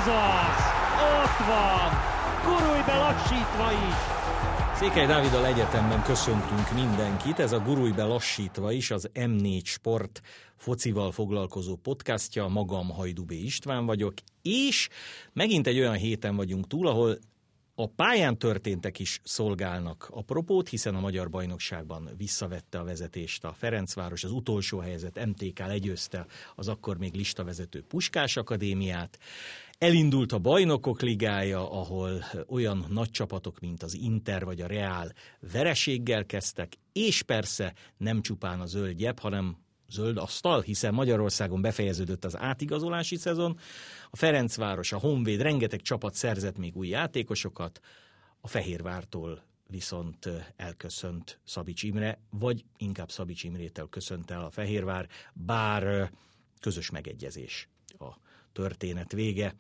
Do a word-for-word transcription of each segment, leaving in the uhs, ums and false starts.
az! Ott van! Gurulj be lassítva is! Székely Dáviddal egyetemben köszöntünk mindenkit. Ez a Gurulj be lassítva is az em négy Sport focival foglalkozó podcastja. Magam Hajdú B. István vagyok, és megint egy olyan héten vagyunk túl, ahol a pályán történtek is szolgálnak apropót, hiszen a magyar bajnokságban visszavette a vezetést a Ferencváros, az utolsó helyzet em té ká legyőzte az akkor még listavezető Puskás Akadémiát. Elindult a Bajnokok Ligája, ahol olyan nagy csapatok, mint az Inter vagy a Real vereséggel kezdtek, és persze nem csupán a zöld gyep, hanem zöld asztal, hiszen Magyarországon befejeződött az átigazolási szezon. A Ferencváros, a Honvéd, rengeteg csapat szerzett még új játékosokat, a Fehérvártól viszont elköszönt Szabics Imre, vagy inkább Szabics Imrétől köszönt el a Fehérvár, bár közös megegyezés a történet vége.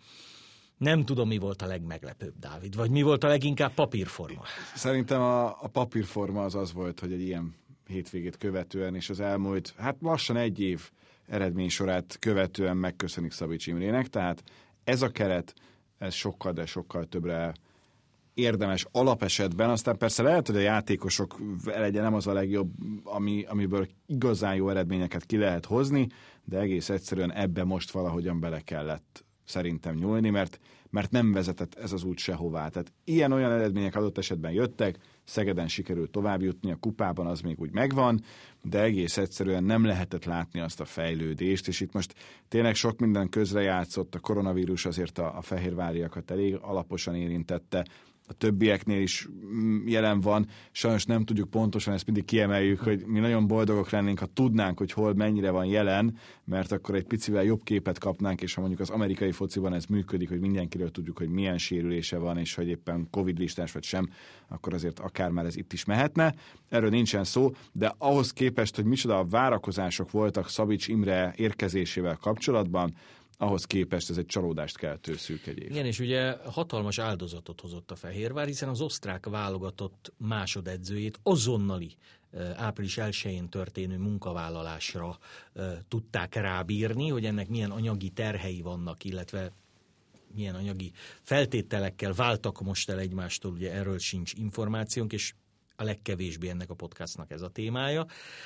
Nem tudom, mi volt a legmeglepőbb, Dávid, vagy mi volt a leginkább papírforma? Szerintem a, a papírforma az az volt, hogy egy ilyen hétvégét követően, és az elmúlt, hát lassan egy év eredménysorát követően megköszönik Szabics Imrének, tehát ez a keret, ez sokkal, de sokkal többre érdemes alapesetben, aztán persze lehet, hogy a játékosok legyen nem az a legjobb, ami, amiből igazán jó eredményeket ki lehet hozni, de egész egyszerűen ebbe most valahogyan bele kellett szerintem nyúlni, mert, mert nem vezetett ez az út sehová. Tehát ilyen-olyan eredmények adott esetben jöttek, Szegeden sikerült tovább jutni, a kupában az még úgy megvan, de egész egyszerűen nem lehetett látni azt a fejlődést, és itt most tényleg sok minden közrejátszott, a koronavírus azért a, a fehérváriakat elég alaposan érintette, a többieknél is jelen van, sajnos nem tudjuk pontosan, ezt mindig kiemeljük, hogy mi nagyon boldogok lennénk, ha tudnánk, hogy hol mennyire van jelen, mert akkor egy picivel jobb képet kapnánk, és ha mondjuk az amerikai fociban ez működik, hogy mindenkiről tudjuk, hogy milyen sérülése van, és hogy éppen Covid listás vagy sem, akkor azért akár már ez itt is mehetne. Erről nincsen szó, de ahhoz képest, hogy micsoda várakozások voltak Szabics Imre érkezésével kapcsolatban, ahhoz képest ez egy csalódást keltő szűk egy év. Igen, és ugye hatalmas áldozatot hozott a Fehérvár, hiszen az osztrák válogatott másodedzőjét azonnali április elsején történő munkavállalásra tudták rábírni, hogy ennek milyen anyagi terhei vannak, illetve milyen anyagi feltételekkel váltak most el egymástól, ugye erről sincs információnk, és a legkevésbé ennek a podcastnak ez a témája.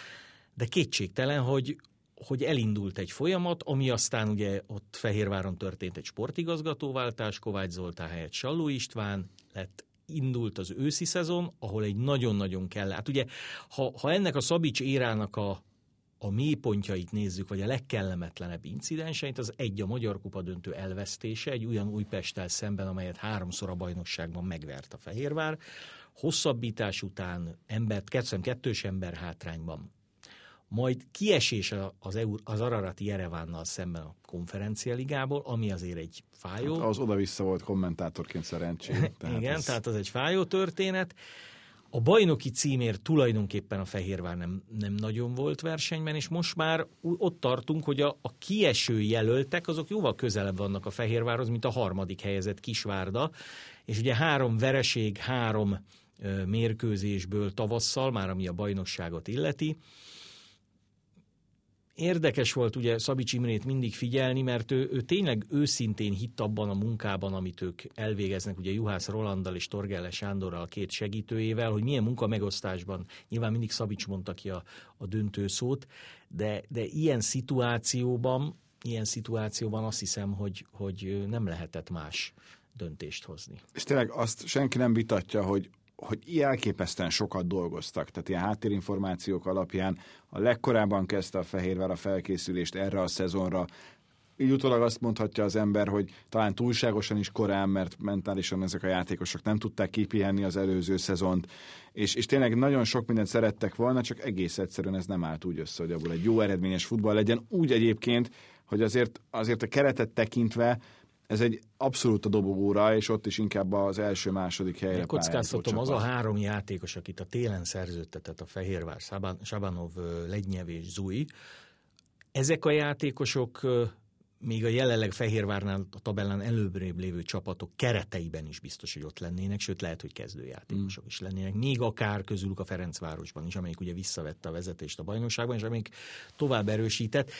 De kétségtelen, hogy hogy elindult egy folyamat, ami aztán ugye ott Fehérváron történt egy sportigazgatóváltás, Kovács Zoltán helyett Salló István lett, indult az őszi szezon, ahol egy nagyon-nagyon kell. Hát ugye, ha, ha ennek a Szabics érának a, a mélypontjait nézzük, vagy a legkellemetlenebb incidenseit, az egy a Magyar Kupa döntő elvesztése, egy olyan Újpesttel szemben, amelyet háromszor a bajnokságban megvert a Fehérvár, hosszabbítás után embert, kettős ember hátrányban, majd kiesés az, az Ararati Jerevánnal szemben a konferencialigából, ami azért egy fájó. Hát az oda-vissza volt kommentátorként szerencsém. Igen, ez... tehát az egy fájó történet. A bajnoki címért tulajdonképpen a Fehérvár nem, nem nagyon volt versenyben, és most már ott tartunk, hogy a, a kieső jelöltek, azok jóval közelebb vannak a Fehérvárhoz, mint a harmadik helyezett Kisvárda, és ugye három vereség, három ö, mérkőzésből tavasszal, már ami a bajnokságot illeti. Érdekes volt ugye Szabics Imrét mindig figyelni, mert ő, ő tényleg őszintén hitt abban a munkában, amit ők elvégeznek, ugye Juhász Rolanddal és Torgelle Sándorral, a két segítőjével, hogy milyen munka megosztásban, nyilván mindig Szabics mondta ki a, a döntő szót, de, de ilyen szituációban, ilyen szituációban azt hiszem, hogy, hogy nem lehetett más döntést hozni. És tényleg azt senki nem vitatja, hogy hogy elképesztően sokat dolgoztak, tehát ilyen háttérinformációk alapján a legkorábban kezdte a Fehérvár a felkészülést erre a szezonra. Így utólag azt mondhatja az ember, hogy talán túlságosan is korán, mert mentálisan ezek a játékosok nem tudták kipihenni az előző szezont, és, és tényleg nagyon sok mindent szerettek volna, csak egész egyszerűen ez nem állt úgy össze, hogy abból egy jó eredményes futball legyen. Úgy egyébként, hogy azért, azért a keretet tekintve ez egy abszolút a dobogóra, és ott is inkább az első-második helyre kockáztatom, az a három játékos, akit a télen szerződtetett a Fehérvár, Sabanov, Lednyev és Zui, ezek a játékosok még a jelenleg Fehérvárnál a tabellán előbbrébb lévő csapatok kereteiben is biztos, hogy ott lennének, sőt lehet, hogy kezdőjátékosok mm. is lennének, még akár közülük a Ferencvárosban is, amelyik ugye visszavette a vezetést a bajnokságban, és amelyik tovább erősített.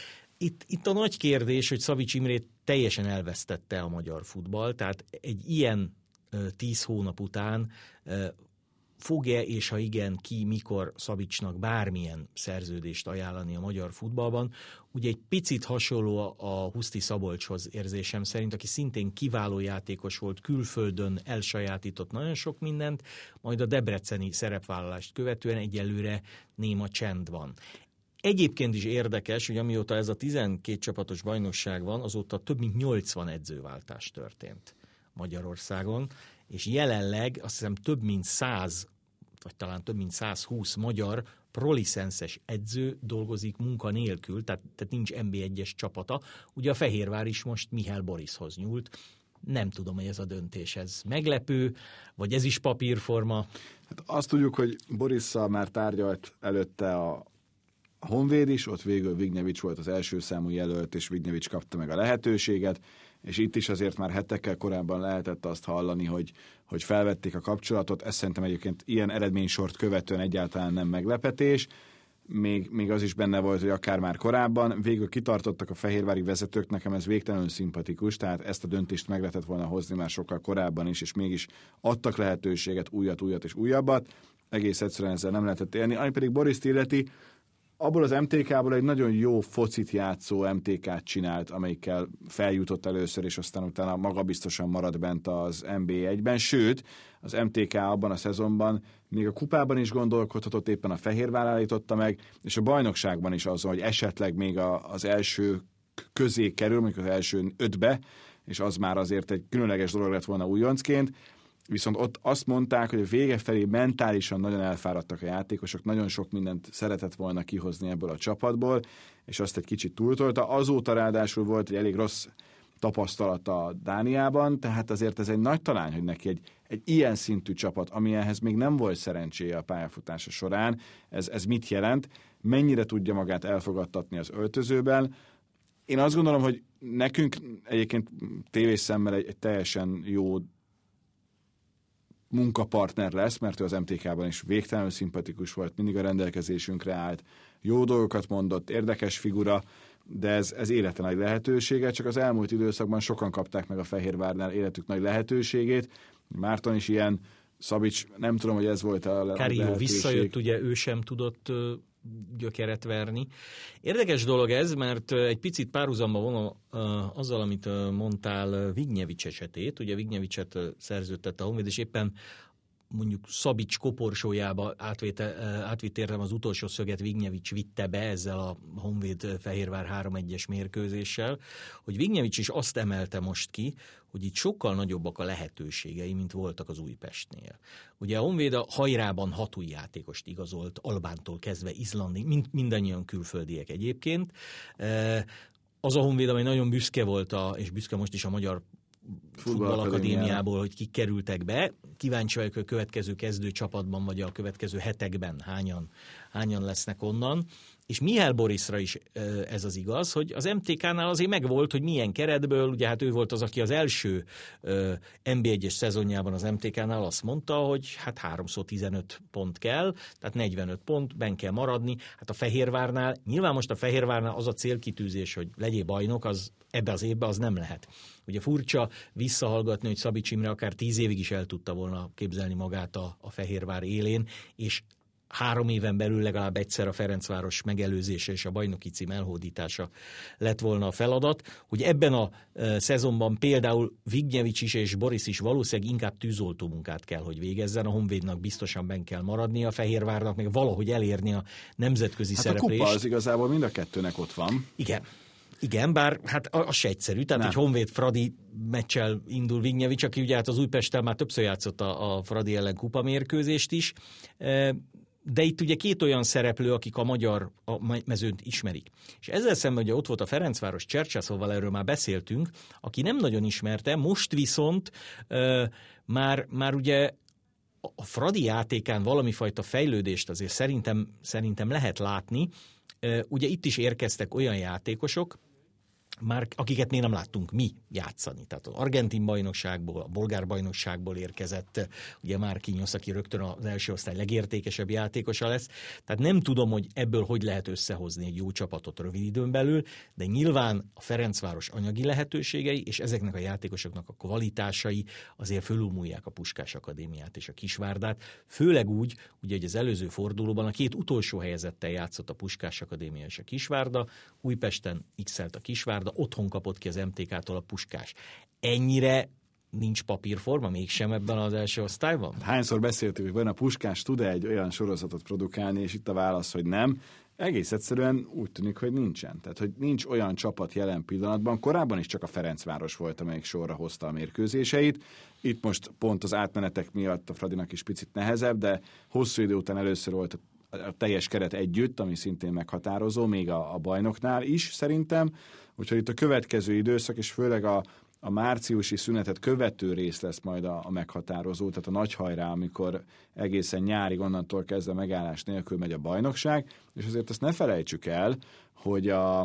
Itt, itt a nagy kérdés, hogy Szabics Imrét teljesen elvesztette a magyar futball, tehát egy ilyen uh, tíz hónap után uh, fog-e, és ha igen, ki, mikor Szabicsnak bármilyen szerződést ajánlani a magyar futballban. Ugye egy picit hasonló a Huszti Szabolcshoz érzésem szerint, aki szintén kiváló játékos volt, külföldön elsajátított nagyon sok mindent, majd a debreceni szerepvállalást követően egyelőre néma csend van. Egyébként is érdekes, hogy amióta ez a tizenkét csapatos bajnokság van, azóta több mint nyolcvan edzőváltás történt Magyarországon, és jelenleg azt hiszem több mint száz, vagy talán több mint százhúsz magyar prolicenszes edző dolgozik munka nélkül, tehát, tehát nincs en bé egyes csapata. Ugye a Fehérvár is most Mihály Borishoz nyúlt. Nem tudom, hogy ez a döntés ez meglepő, vagy ez is papírforma. Hát azt tudjuk, hogy Borisszal már tárgyalt előtte a Honvéd is, ott végül Vignyevics volt az első számú jelölt, és Vignyevics kapta meg a lehetőséget, és itt is azért már hetekkel korábban lehetett azt hallani, hogy, hogy felvették a kapcsolatot. Ez szerintem egyébként ilyen eredménysort követően egyáltalán nem meglepetés. Még, még az is benne volt, hogy akár már korábban. Végül kitartottak a fehérvári vezetők, nekem ez végtelenül szimpatikus, tehát ezt a döntést meg lehetett volna hozni már sokkal korábban is, és mégis adtak lehetőséget, újat, újat és újabbat. Egész egyszerűen ezzel nem lehetett élni. Ami pedig Boriszt illeti, abból az em té ká-ból egy nagyon jó focit játszó em té ká-t csinált, amelyikkel feljutott először, és aztán utána magabiztosan maradt bent az en bé egyben. Sőt, az em té ká abban a szezonban még a kupában is gondolkodhatott, éppen a Fehérvár állította meg, és a bajnokságban is azon, hogy esetleg még a, az első közé kerül, mondjuk az első ötbe, és az már azért egy különleges dolog lett volna újoncként. Viszont ott azt mondták, hogy a vége felé mentálisan nagyon elfáradtak a játékosok, nagyon sok mindent szeretett volna kihozni ebből a csapatból, és azt egy kicsit túltolta. Azóta ráadásul volt egy elég rossz tapasztalata Dániában, tehát azért ez egy nagy talány, hogy neki egy, egy ilyen szintű csapat, amilyenhez még nem volt szerencséje a pályafutása során, ez, ez mit jelent, mennyire tudja magát elfogadtatni az öltözőben. Én azt gondolom, hogy nekünk egyébként tévés szemmel egy, egy teljesen jó munkapartner lesz, mert ő az em té ká-ban is végtelenül szimpatikus volt, mindig a rendelkezésünkre állt, jó dolgokat mondott, érdekes figura, de ez, ez élete nagy lehetősége, csak az elmúlt időszakban sokan kapták meg a Fehérvárnál életük nagy lehetőségét. Márton is ilyen, Szabics, nem tudom, hogy ez volt a lehetőség. Karió visszajött, ugye ő sem tudott gyökeret verni. Érdekes dolog ez, mert egy picit párhuzamba vonom azzal, amit mondtál Vignyevics esetét. Ugye Vignyevicset szerződtette a Honvéd, és éppen mondjuk Szabics koporsójába átvitt értem az utolsó szöget Vignyevics vitte be ezzel a Honvéd-Fehérvár három egyes mérkőzéssel, hogy Vignyevics is azt emelte most ki, hogy itt sokkal nagyobbak a lehetőségei, mint voltak az Újpestnél. Ugye a Honvéd a hajrában hat új játékost igazolt, Albántól kezdve Izlandig, mind, mindannyian külföldiek egyébként. Az a Honvéd, amely nagyon büszke volt, a, és büszke most is a Magyar Futballakadémiából, hogy kik kerültek be. Kíváncsi vagyok, hogy a következő kezdő csapatban, vagy a következő hetekben hányan, hányan lesznek onnan. És Mihály Borisra is ez az igaz, hogy az em té ká-nál azért megvolt, hogy milyen keretből, ugye hát ő volt az, aki az első en bé egyes szezonjában az em té ká-nál azt mondta, hogy hát háromszor tizenöt pont kell, tehát negyvenöt pont, benn kell maradni. Hát a Fehérvárnál, nyilván most a Fehérvárnál az a célkitűzés, hogy legyél bajnok, az ebbe az évben az nem lehet. Ugye furcsa visszahallgatni, hogy Szabics Imre akár tíz évig is el tudta volna képzelni magát a, a Fehérvár élén, és három éven belül legalább egyszer a Ferencváros megelőzése és a bajnoki cím elhódítása lett volna a feladat, hogy ebben a e, szezonban például Vignyevics is és Boris is valószínűleg inkább tűzoltó munkát kell, hogy végezzen, a Honvédnak biztosan benn kell maradni, a Fehérvárnak meg valahogy elérni a nemzetközi hát szereplést. A kupa az igazából mind a kettőnek ott van. Igen. Igen, bár hát az se egyszerű, tehát egy Honvéd-Fradi meccsel indul Vignyevics, aki ugye hát az Újpesttel már többször játszott a, a Fradi ellen kupa mérkőzést is, de itt ugye két olyan szereplő, akik a magyar a mezőnt ismerik. És ezzel szemben ugye ott volt a Ferencváros Csercseszóval, erről már beszéltünk, aki nem nagyon ismerte, most viszont uh, már, már ugye a Fradi játékán valami fajta fejlődést azért szerintem, szerintem lehet látni. Uh, ugye itt is érkeztek olyan játékosok, már, akiket még nem láttunk mi játszani. Tehát az argentin bajnokságból, a bolgár bajnokságból érkezett, ugye Marquinhos, aki rögtön az első osztály legértékesebb játékosa lesz. Tehát nem tudom, hogy ebből hogy lehet összehozni egy jó csapatot rövid időn belül, de nyilván a Ferencváros anyagi lehetőségei és ezeknek a játékosoknak a kvalitásai azért fölülmúlják a Puskás Akadémiát és a Kisvárdát. Főleg úgy, ugye, hogy az előző fordulóban a két utolsó helyezettel játszott a Puskás Akadémia és a Kisvárda, Újpesten x-elt a Kisvárda, otthon kapott ki az em té ká-tól a Puskás. Ennyire nincs papírforma mégsem ebben az első osztályban? Hányszor beszéltük, hogy van a Puskás tud-e egy olyan sorozatot produkálni, és itt a válasz, hogy nem. Egész egyszerűen úgy tűnik, hogy nincsen. Tehát, hogy nincs olyan csapat jelen pillanatban. Korábban is csak a Ferencváros volt, amelyik sorra hozta a mérkőzéseit. Itt most pont az átmenetek miatt a Fradinak is picit nehezebb, de hosszú idő után először volt a teljes keret együtt, ami szintén meghatározó, még a, a bajnoknál is szerintem. Úgyhogy itt a következő időszak, és főleg a, a márciusi szünetet követő rész lesz majd a, a meghatározó, tehát a nagy hajrá, amikor egészen nyárig onnantól kezdve megállás nélkül megy a bajnokság, és azért azt ne felejtsük el, hogy a,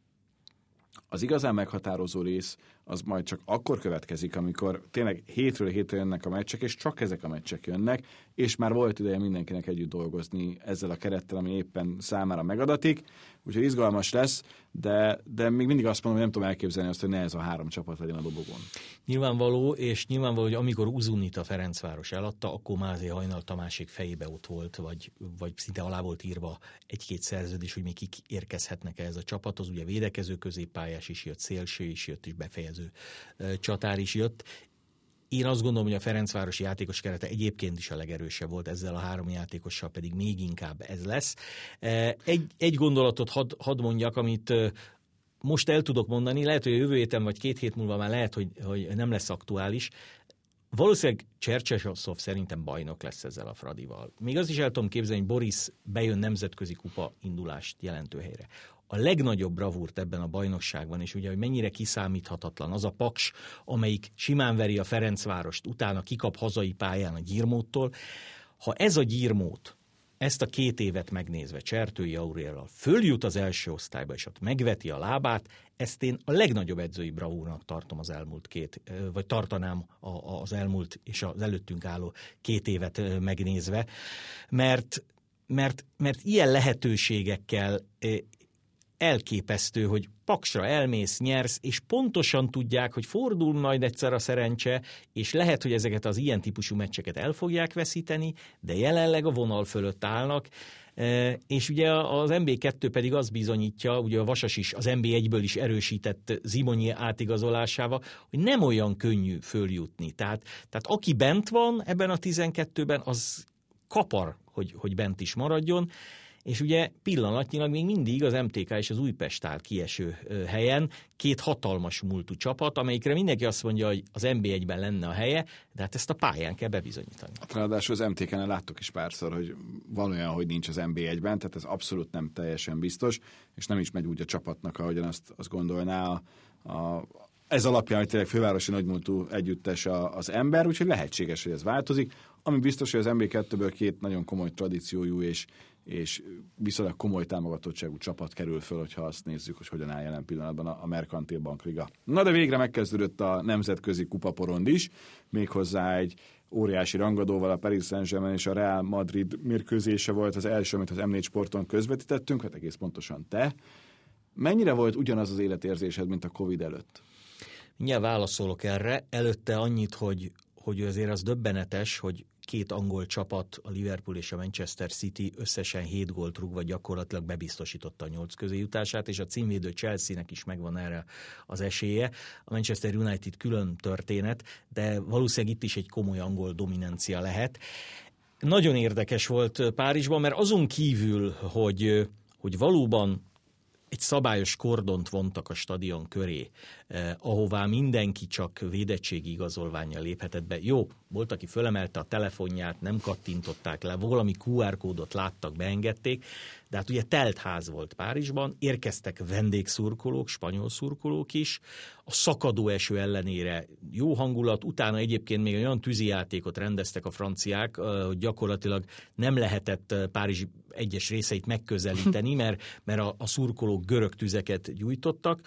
az igazán meghatározó rész az majd csak akkor következik, amikor tényleg hétről hétre jönnek a meccsek, és csak ezek a meccsek jönnek, és már volt ideje mindenkinek együtt dolgozni ezzel a kerettel, ami éppen számára megadatik, úgyhogy izgalmas lesz, de, de még mindig azt mondom, hogy nem tudom elképzelni azt, hogy ne ez a három csapat legyen a dobogón. Nyilvánvaló, és nyilvánvaló, hogy amikor Uzunit a Ferencváros eladta, akkor Máté Hajnal Tamásék fejébe ott volt, vagy, vagy szinte alá volt írva egy-két szerződés, hogy még kik érkezhetnek ehhez a csapathoz. Ugye védekező középpályás is jött, szélső is jött, és befejező csatár is jött. Én azt gondolom, hogy a Ferencvárosi játékos kerete egyébként is a legerősebb volt, ezzel a három játékossal pedig még inkább ez lesz. Egy, egy gondolatot hadd had mondjak, amit most el tudok mondani, lehet, hogy a jövő héten vagy két hét múlva már lehet, hogy, hogy nem lesz aktuális. Valószínűleg Csercsesov szerintem bajnok lesz ezzel a Fradival. Még azt is el tudom képzelni, hogy Boris bejön nemzetközi kupa indulást jelentő helyre. A legnagyobb bravúrt ebben a bajnokságban, és ugye, hogy mennyire kiszámíthatatlan az a Paks, amelyik simán veri a Ferencvárost, utána kikap hazai pályán a Gyirmóttól. Ha ez a Gyirmót, ezt a két évet megnézve Csertői Auréllal följut az első osztályba, és ott megveti a lábát, ezt én a legnagyobb edzői bravúrnak tartom az elmúlt két, vagy tartanám az elmúlt és az előttünk álló két évet megnézve, mert, mert, mert ilyen lehetőségekkel elképesztő, hogy Paksra elmész, nyersz, és pontosan tudják, hogy fordul majd egyszer a szerencse, és lehet, hogy ezeket az ilyen típusú meccseket el fogják veszíteni, de jelenleg a vonal fölött állnak, és ugye az en bé kettő pedig azt bizonyítja, ugye a Vasas is az en bé egyből is erősített Zimonyi átigazolásával, hogy nem olyan könnyű följutni. Tehát, tehát aki bent van ebben a tizenkettőben, az kapar, hogy, hogy bent is maradjon, és ugye pillanatnyilag még mindig az em té ká és az Újpest áll kieső helyen, két hatalmas múltú csapat, amelyikre mindenki azt mondja, hogy az en bé egyben lenne a helye, de hát ezt a pályán kell bebizonyítani. Ráadásul az em té ká-nál láttuk is párszor, hogy van olyan, hogy nincs az en bé egyben, tehát ez abszolút nem teljesen biztos, és nem is megy úgy a csapatnak, ahogyan azt, azt gondolná a, a ez alapján, hogy tényleg fővárosi nagymúltú együttes az ember, úgyhogy lehetséges, hogy ez változik. Ami biztos, hogy az em bé kettőből két nagyon komoly tradíciójú és, és viszonylag komoly támogatottságú csapat kerül föl, hogyha azt nézzük, hogy hogyan áll jelen pillanatban a Merkantil Bankliga. Na de végre megkezdődött a nemzetközi kupaporond is, méghozzá egy óriási rangadóval, a Paris Saint-Germain és a Real Madrid mérkőzése volt az első, amit az em négy Sporton közvetítettünk, hát egész pontosan te. Mennyire volt ugyanaz az életérzésed, mint a Covid előtt? Mindjárt válaszolok erre. Előtte annyit, hogy, hogy azért az döbbenetes, hogy két angol csapat, a Liverpool és a Manchester City összesen hét gólt rúgva gyakorlatilag bebiztosította a nyolc közé jutását, és a címvédő Chelsea-nek is megvan erre az esélye. A Manchester United külön történet, de valószínűleg itt is egy komoly angol dominancia lehet. Nagyon érdekes volt Párizsban, mert azon kívül, hogy, hogy valóban egy szabályos kordont vontak a stadion köré, eh, ahová mindenki csak védettségi igazolvánnyal léphetett be. Jó, volt, aki fölemelte a telefonját, nem kattintották le, valami kú er kódot láttak, beengedték, de hát ugye telt ház volt Párizsban, érkeztek vendégszurkolók, spanyol szurkolók is, a szakadó eső ellenére jó hangulat, utána egyébként még olyan tűzijátékot rendeztek a franciák, hogy gyakorlatilag nem lehetett Párizs egyes részeit megközelíteni, mert, mert a, a szurkolók görög tüzeket gyújtottak.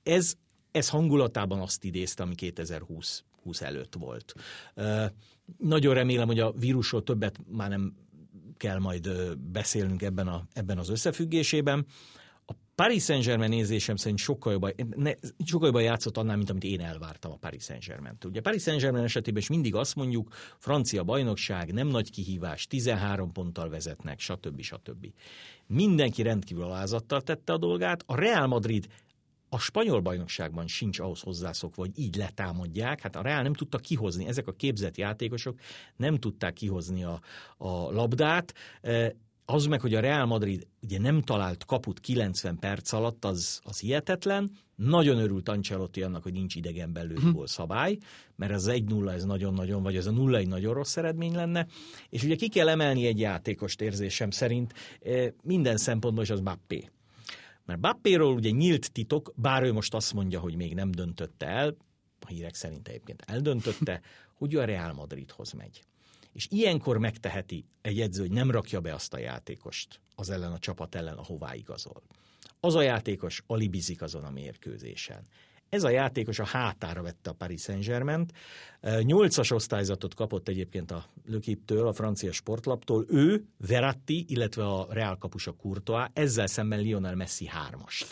ez, ez hangulatában azt idézte, ami kétezer-húsz előtt volt. Nagyon remélem, hogy a vírusról többet már nem kell majd beszélnünk ebben, a, ebben az összefüggésében. A Paris Saint-Germain nézésem szerint sokkal jobban, ne, sokkal jobban játszott annál, mint amit én elvártam a Paris Saint-Germain-től. Ugye a Paris Saint-Germain esetében is mindig azt mondjuk, francia bajnokság, nem nagy kihívás, tizenhárom ponttal vezetnek, stb. stb. Mindenki rendkívül alázattal tette a dolgát. A Real Madrid a spanyol bajnokságban sincs ahhoz hozzászokva, hogy így letámadják. Hát a Real nem tudta kihozni, ezek a képzett játékosok nem tudták kihozni a, a labdát. Az meg, hogy a Real Madrid ugye nem talált kaput kilencven perc alatt, az, az hihetetlen. Nagyon örült Ancelotti annak, hogy nincs idegen belőle szabály, mert az egy nulla ez nagyon-nagyon, vagy ez a nulla egy nagyon rossz eredmény lenne. És ugye ki kell emelni egy játékost érzésem szerint minden szempontból is az Mbappé. Mert Mbappéról ugye nyílt titok, bár ő most azt mondja, hogy még nem döntötte el, a hírek szerint egyébként eldöntötte, hogy a Real Madridhoz megy. És ilyenkor megteheti egy edző, hogy nem rakja be azt a játékost az ellen a csapat ellen, ahová igazol. Az a játékos alibizik azon a mérkőzésen. Ez a játékos a hátára vette a Paris Saint-Germaint. Nyolcas osztályzatot kapott egyébként a L'Équipe-től, a francia sportlaptól. Ő, Verratti, illetve a Real kapusa Courtois, ezzel szemben Lionel Messi hármast.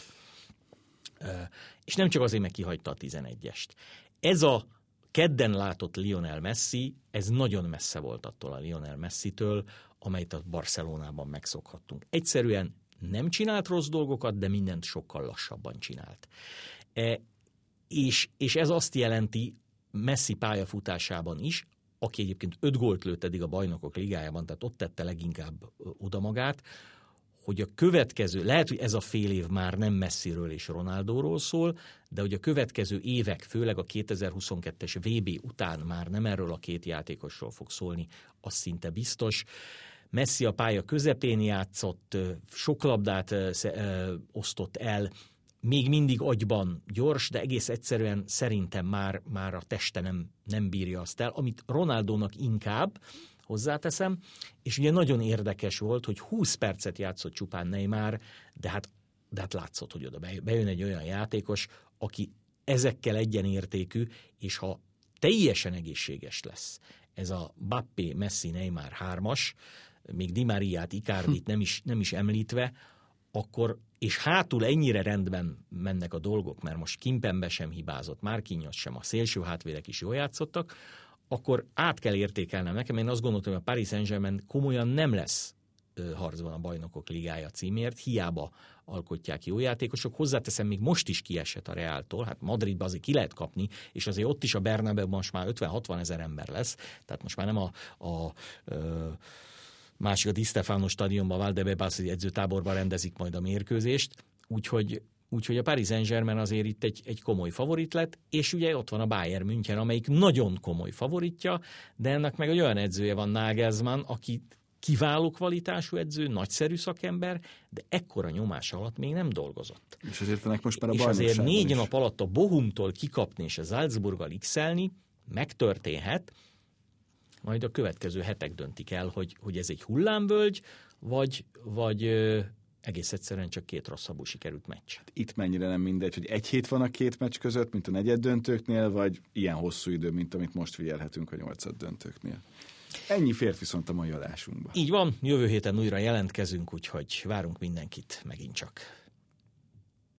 És nem csak azért, meg kihagyta a tizenegyest. Ez a kedden látott Lionel Messi, ez nagyon messze volt attól a Lionel Messitől, amelyet a Barcelonában megszokhattunk. Egyszerűen nem csinált rossz dolgokat, de mindent sokkal lassabban csinált. E, és, és ez azt jelenti Messi pályafutásában is, aki egyébként öt gólt lőtt eddig a Bajnokok Ligájában, tehát ott tette leginkább oda magát, hogy a következő, lehet, hogy ez a fél év már nem Messiről és Ronaldóról szól, de hogy a következő évek, főleg a kétezer-huszonkettes vé bé után már nem erről a két játékosról fog szólni, az szinte biztos. Messi a pálya közepén játszott, sok labdát osztott el, még mindig agyban gyors, de egész egyszerűen szerintem már, már a teste nem, nem bírja azt el, amit Ronaldónak inkább, hozzáteszem, és ugye nagyon érdekes volt, hogy húsz percet játszott csupán Neymar, de hát, de hát látszott, hogy oda bejön egy olyan játékos, aki ezekkel egyenértékű, és ha teljesen egészséges lesz ez a Mbappé, Messi, Neymar hármas, még Di Mariát, Icardit nem is, nem is említve, akkor, és hátul ennyire rendben mennek a dolgok, mert most Kimpembe sem hibázott, Marquinhos sem, a szélső hátvédek is jól játszottak, akkor át kell értékelnem nekem. Én azt gondoltam, hogy a Paris Saint-Germain komolyan nem lesz harcban a Bajnokok Ligája címért, hiába alkotják jó játékosok. Hozzáteszem, még most is kiesett a Reáltól, hát Madridba azért ki lehet kapni, és azért ott is a Bernabeu most már ötven-hatvan ezer ember lesz, tehát most már nem a, a, a másik a Di Stefano stadionban, Valdebebas edzőtáborban rendezik majd a mérkőzést, úgyhogy Úgyhogy a Paris Saint-Germain azért itt egy, egy komoly favorit lett, és ugye ott van a Bayern München, amelyik nagyon komoly favoritja, de ennek meg egy olyan edzője van, Nagelsmann, aki kiváló kvalitású edző, nagyszerű szakember, de ekkora nyomás alatt még nem dolgozott. És azért ennek most már a És azért négy is. nap alatt a Bochumtól kikapni és a Salzburggal x-elni megtörténhet, majd a következő hetek döntik el, hogy, hogy ez egy hullámvölgy, vagy, vagy egész egyszerűen csak két rosszabbul sikerült meccs. Itt mennyire nem mindegy, hogy egy hét van a két meccs között, mint a negyed döntőknél, vagy ilyen hosszú idő, mint amit most figyelhetünk a nyolcad döntőknél. Ennyi fért viszont a mai adásunkba. Így van, jövő héten újra jelentkezünk, úgyhogy várunk mindenkit megint csak.